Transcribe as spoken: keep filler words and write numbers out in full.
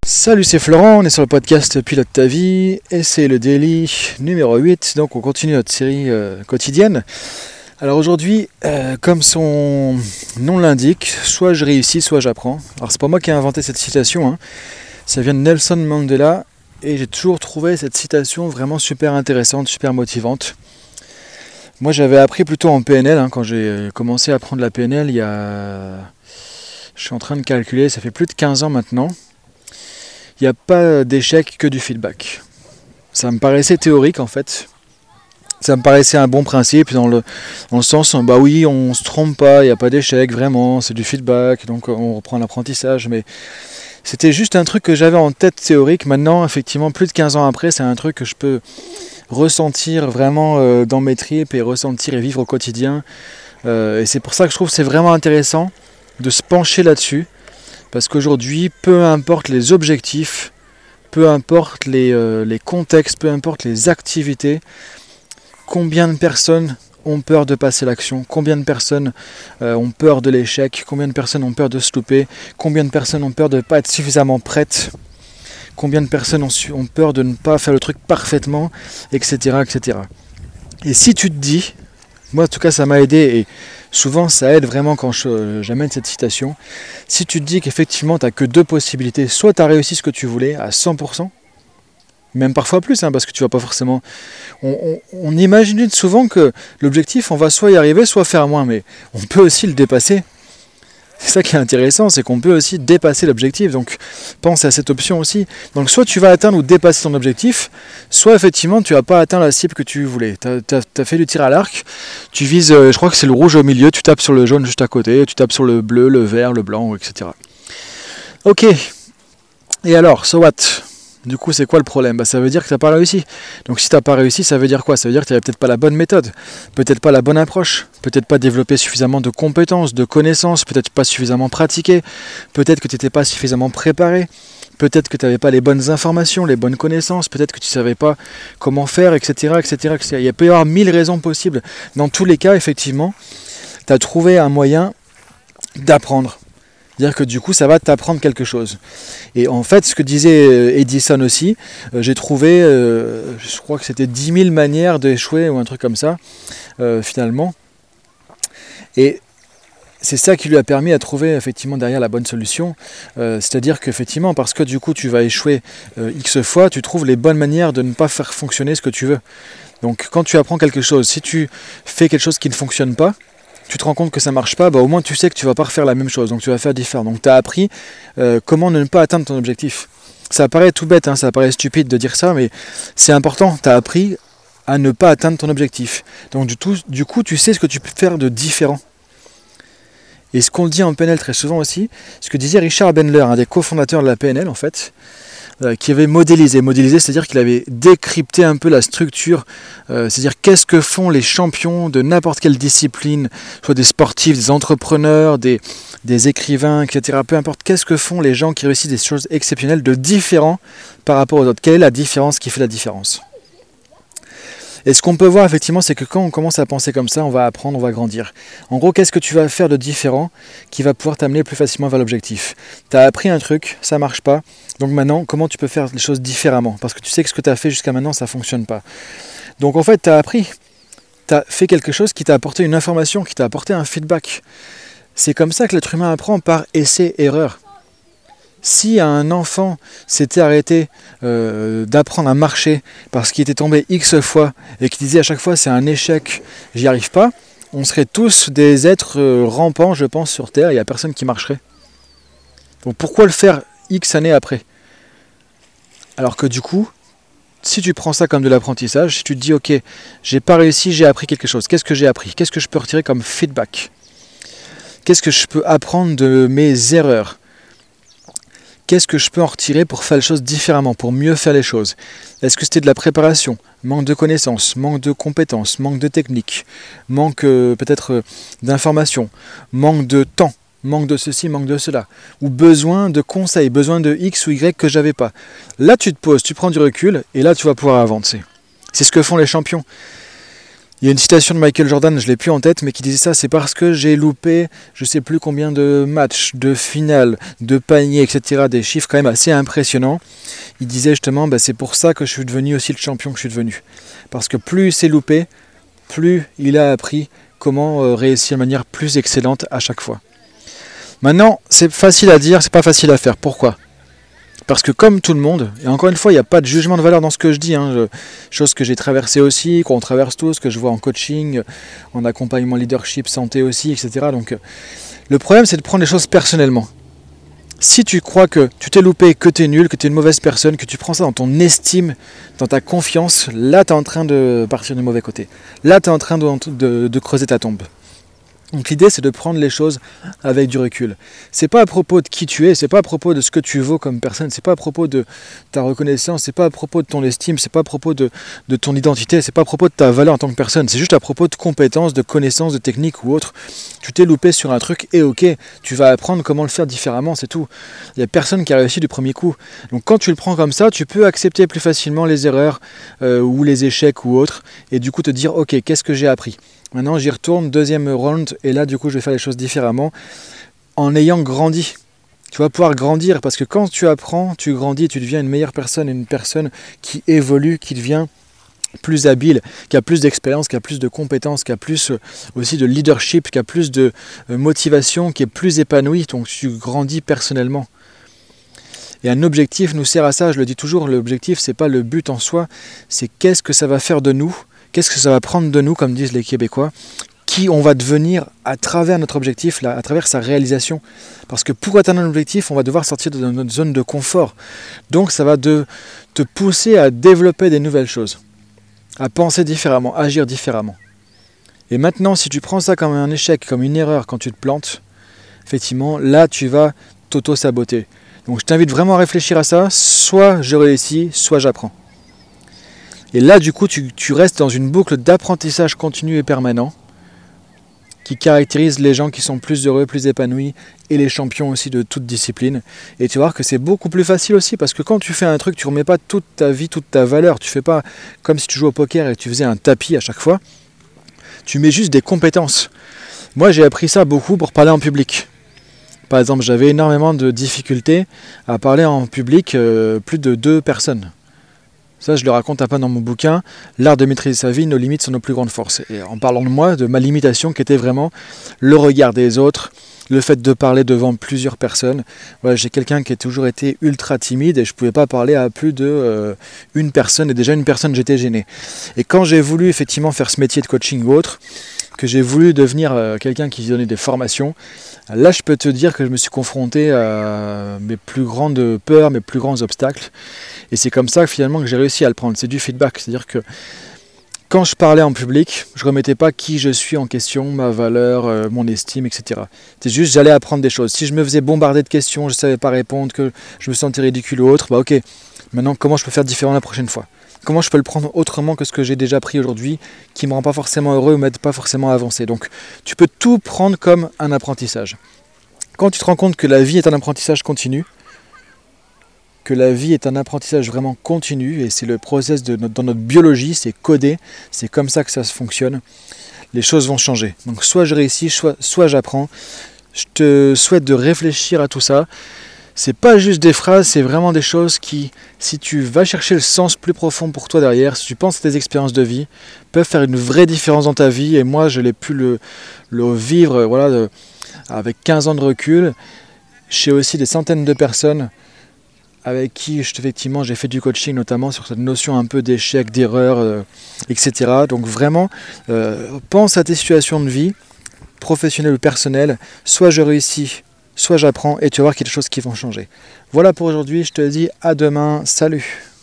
Salut, c'est Florent, on est sur le podcast Pilote ta vie et c'est le daily numéro huit, donc on continue notre série euh, quotidienne. Alors aujourd'hui, euh, comme son nom l'indique, soit je réussis, soit j'apprends. Alors c'est pas moi qui ai inventé cette citation, hein. Ça vient de Nelson Mandela et j'ai toujours trouvé cette citation vraiment super intéressante, super motivante. Moi j'avais appris plutôt en P N L, hein, quand j'ai commencé à apprendre la P N L il y a... Je suis en train de calculer, ça fait plus de quinze ans maintenant. Il n'y a pas d'échec que du feedback. Ça me paraissait théorique en fait. Ça me paraissait un bon principe dans le, dans le sens, bah oui, on se trompe pas, il n'y a pas d'échec, vraiment, c'est du feedback, donc on reprend l'apprentissage. Mais c'était juste un truc que j'avais en tête théorique. Maintenant, effectivement, plus de quinze ans après, c'est un truc que je peux ressentir vraiment euh, dans mes tripes et ressentir et vivre au quotidien. Euh, et c'est pour ça que je trouve que c'est vraiment intéressant de se pencher là-dessus. Parce qu'aujourd'hui, peu importe les objectifs, peu importe les, euh, les contextes, peu importe les activités, combien de personnes ont peur de passer l'action, combien de personnes euh, ont peur de l'échec, combien de personnes ont peur de se louper, combien de personnes ont peur de ne pas être suffisamment prêtes, combien de personnes ont, su- ont peur de ne pas faire le truc parfaitement, et cetera, et cetera. Et si tu te dis, moi en tout cas ça m'a aidé et souvent ça aide vraiment quand je, j'amène cette citation. Si tu te dis qu'effectivement tu n'as que deux possibilités, soit tu as réussi ce que tu voulais à cent pour cent, même parfois plus, hein, parce que tu vas pas forcément... On, on, on imagine souvent que l'objectif, on va soit y arriver, soit faire moins, mais on peut aussi le dépasser. C'est ça qui est intéressant, c'est qu'on peut aussi dépasser l'objectif, donc pense à cette option aussi. Donc soit tu vas atteindre ou dépasser ton objectif, soit effectivement tu n'as pas atteint la cible que tu voulais. Tu as fait du tir à l'arc, tu vises, je crois que c'est le rouge au milieu, tu tapes sur le jaune juste à côté, tu tapes sur le bleu, le vert, le blanc, et cetera. Ok, et alors, so what ? Du coup, c'est quoi le problème ? Bah, ça veut dire que tu n'as pas réussi. Donc si tu n'as pas réussi, ça veut dire quoi ? Ça veut dire que tu n'avais peut-être pas la bonne méthode, peut-être pas la bonne approche, peut-être pas développé suffisamment de compétences, de connaissances, peut-être pas suffisamment pratiqué, peut-être que tu n'étais pas suffisamment préparé, peut-être que tu n'avais pas les bonnes informations, les bonnes connaissances, peut-être que tu ne savais pas comment faire, et cetera, et cetera, et cetera. Il peut y avoir mille raisons possibles. Dans tous les cas, effectivement, tu as trouvé un moyen d'apprendre. C'est-à-dire que du coup, ça va t'apprendre quelque chose. Et en fait, ce que disait Edison aussi, euh, j'ai trouvé, euh, je crois que c'était dix mille manières d'échouer ou un truc comme ça, euh, finalement. Et c'est ça qui lui a permis à trouver effectivement derrière la bonne solution. Euh, c'est-à-dire qu'effectivement, parce que du coup, tu vas échouer euh, X fois, tu trouves les bonnes manières de ne pas faire fonctionner ce que tu veux. Donc, quand tu apprends quelque chose, si tu fais quelque chose qui ne fonctionne pas, tu te rends compte que ça marche pas, bah au moins tu sais que tu vas pas refaire la même chose, donc tu vas faire différent. Donc tu as appris euh, comment ne pas atteindre ton objectif. Ça paraît tout bête, hein, ça paraît stupide de dire ça, mais c'est important, tu as appris à ne pas atteindre ton objectif. Donc du, tout, du coup, tu sais ce que tu peux faire de différent. Et ce qu'on dit en P N L très souvent aussi, ce que disait Richard Bandler, un des cofondateurs de la P N L en fait, euh, qui avait modélisé, modélisé, c'est-à-dire qu'il avait décrypté un peu la structure, euh, c'est-à-dire qu'est-ce que font les champions de n'importe quelle discipline, soit des sportifs, des entrepreneurs, des, des écrivains, et cetera. Peu importe, qu'est-ce que font les gens qui réussissent des choses exceptionnelles de différents par rapport aux autres. Quelle est la différence qui fait la différence ? Et ce qu'on peut voir effectivement, c'est que quand on commence à penser comme ça, on va apprendre, on va grandir. En gros, qu'est-ce que tu vas faire de différent qui va pouvoir t'amener plus facilement vers l'objectif ? Tu as appris un truc, ça ne marche pas. Donc maintenant, comment tu peux faire les choses différemment ? Parce que tu sais que ce que tu as fait jusqu'à maintenant, ça ne fonctionne pas. Donc en fait, tu as appris. Tu as fait quelque chose qui t'a apporté une information, qui t'a apporté un feedback. C'est comme ça que l'être humain apprend, par essai-erreur. Si un enfant s'était arrêté euh, d'apprendre à marcher parce qu'il était tombé X fois et qu'il disait à chaque fois c'est un échec, j'y arrive pas, on serait tous des êtres euh, rampants, je pense, sur Terre, il n'y a personne qui marcherait. Donc pourquoi le faire X années après ? Alors que du coup, si tu prends ça comme de l'apprentissage, si tu te dis ok, j'ai pas réussi, j'ai appris quelque chose, qu'est-ce que j'ai appris ? Qu'est-ce que je peux retirer comme feedback ? Qu'est-ce que je peux apprendre de mes erreurs ? Qu'est-ce que je peux en retirer pour faire les choses différemment, pour mieux faire les choses ? Est-ce que c'était de la préparation ? Manque de connaissances, manque de compétences, manque de technique, manque euh, peut-être euh, d'informations, manque de temps, manque de ceci, manque de cela, ou besoin de conseils, besoin de X ou Y que j'avais pas. Là tu te poses, tu prends du recul, et là tu vas pouvoir avancer. C'est ce que font les champions. Il y a une citation de Michael Jordan, je ne l'ai plus en tête, mais qui disait ça, c'est parce que j'ai loupé je ne sais plus combien de matchs, de finales, de paniers, et cetera, des chiffres quand même assez impressionnants. Il disait justement, bah, c'est pour ça que je suis devenu aussi le champion que je suis devenu. Parce que plus il s'est loupé, plus il a appris comment euh, réussir de manière plus excellente à chaque fois. Maintenant, c'est facile à dire, c'est pas facile à faire. Pourquoi ? Parce que comme tout le monde, et encore une fois, il n'y a pas de jugement de valeur dans ce que je dis, hein, je, chose que j'ai traversé aussi, qu'on traverse tous, que je vois en coaching, en accompagnement leadership, santé aussi, et cetera. Donc le problème, c'est de prendre les choses personnellement. Si tu crois que tu t'es loupé, que tu es nul, que tu es une mauvaise personne, que tu prends ça dans ton estime, dans ta confiance, là tu es en train de partir du mauvais côté. Là tu es en train de, de, de creuser ta tombe. Donc l'idée c'est de prendre les choses avec du recul. C'est pas à propos de qui tu es, c'est pas à propos de ce que tu vaux comme personne, c'est pas à propos de ta reconnaissance, c'est pas à propos de ton estime, c'est pas à propos de, de ton identité, c'est pas à propos de ta valeur en tant que personne, c'est juste à propos de compétences, de connaissances, de techniques ou autres. Tu t'es loupé sur un truc et ok, tu vas apprendre comment le faire différemment, c'est tout. Il n'y a personne qui a réussi du premier coup. Donc quand tu le prends comme ça, tu peux accepter plus facilement les erreurs euh, ou les échecs ou autres et du coup te dire ok, qu'est-ce que j'ai appris ? Maintenant j'y retourne, deuxième round, et là du coup je vais faire les choses différemment en ayant grandi. Tu vas pouvoir grandir parce que quand tu apprends, tu grandis, tu deviens une meilleure personne, une personne qui évolue, qui devient plus habile, qui a plus d'expérience, qui a plus de compétences, qui a plus aussi de leadership, qui a plus de motivation, qui est plus épanoui, donc tu grandis personnellement. Et un objectif nous sert à ça, je le dis toujours, l'objectif c'est pas le but en soi, c'est qu'est-ce que ça va faire de nous. Qu'est-ce que ça va prendre de nous, comme disent les Québécois, qui on va devenir à travers notre objectif, là, à travers sa réalisation. Parce que pour atteindre un objectif, on va devoir sortir de notre zone de confort. Donc ça va de, te pousser à développer des nouvelles choses, à penser différemment, à agir différemment. Et maintenant, si tu prends ça comme un échec, comme une erreur quand tu te plantes, effectivement, là tu vas t'auto-saboter. Donc je t'invite vraiment à réfléchir à ça, soit je réussis, soit j'apprends. Et là, du coup, tu, tu restes dans une boucle d'apprentissage continu et permanent qui caractérise les gens qui sont plus heureux, plus épanouis et les champions aussi de toute discipline. Et tu vas voir que c'est beaucoup plus facile aussi parce que quand tu fais un truc, tu ne remets pas toute ta vie, toute ta valeur. Tu ne fais pas comme si tu jouais au poker et tu faisais un tapis à chaque fois. Tu mets juste des compétences. Moi, j'ai appris ça beaucoup pour parler en public. Par exemple, j'avais énormément de difficultés à parler en public, euh, plus de deux personnes. Ça, je le raconte un peu dans mon bouquin, L'art de maîtriser sa vie, nos limites sont nos plus grandes forces. Et en parlant de moi, de ma limitation qui était vraiment le regard des autres, le fait de parler devant plusieurs personnes. Voilà, j'ai quelqu'un qui a toujours été ultra timide et je ne pouvais pas parler à plus de euh, une personne. Et déjà une personne, j'étais gêné. Et quand j'ai voulu effectivement faire ce métier de coaching ou autre, que j'ai voulu devenir euh, quelqu'un qui donnait des formations, là je peux te dire que je me suis confronté à mes plus grandes peurs, mes plus grands obstacles. Et c'est comme ça finalement que j'ai réussi à le prendre. C'est du feedback, c'est-à-dire que quand je parlais en public, je ne remettais pas qui je suis en question, ma valeur, euh, mon estime, et cetera. C'est juste j'allais apprendre des choses. Si je me faisais bombarder de questions, je ne savais pas répondre, que je me sentais ridicule ou autre, bah ok, maintenant comment je peux faire différent la prochaine fois ? Comment je peux le prendre autrement que ce que j'ai déjà pris aujourd'hui, qui ne me rend pas forcément heureux ou ne m'aide pas forcément à avancer. Donc tu peux tout prendre comme un apprentissage. Quand tu te rends compte que la vie est un apprentissage continu, que la vie est un apprentissage vraiment continu, et c'est le process de notre, dans notre biologie, c'est codé, c'est comme ça que ça se fonctionne, les choses vont changer. Donc soit je réussis, soit, soit j'apprends. Je te souhaite de réfléchir à tout ça. C'est pas juste des phrases, c'est vraiment des choses qui, si tu vas chercher le sens plus profond pour toi derrière, si tu penses à tes expériences de vie, peuvent faire une vraie différence dans ta vie. Et moi, je l'ai pu le, le vivre voilà, de, avec quinze ans de recul. Chez aussi des centaines de personnes avec qui effectivement j'ai fait du coaching, notamment sur cette notion un peu d'échec, d'erreur, euh, et cetera. Donc vraiment, euh, pense à tes situations de vie, professionnelles ou personnelles, soit je réussis, soit j'apprends, et tu vas voir qu'il y a des choses qui vont changer. Voilà pour aujourd'hui, je te dis à demain, salut.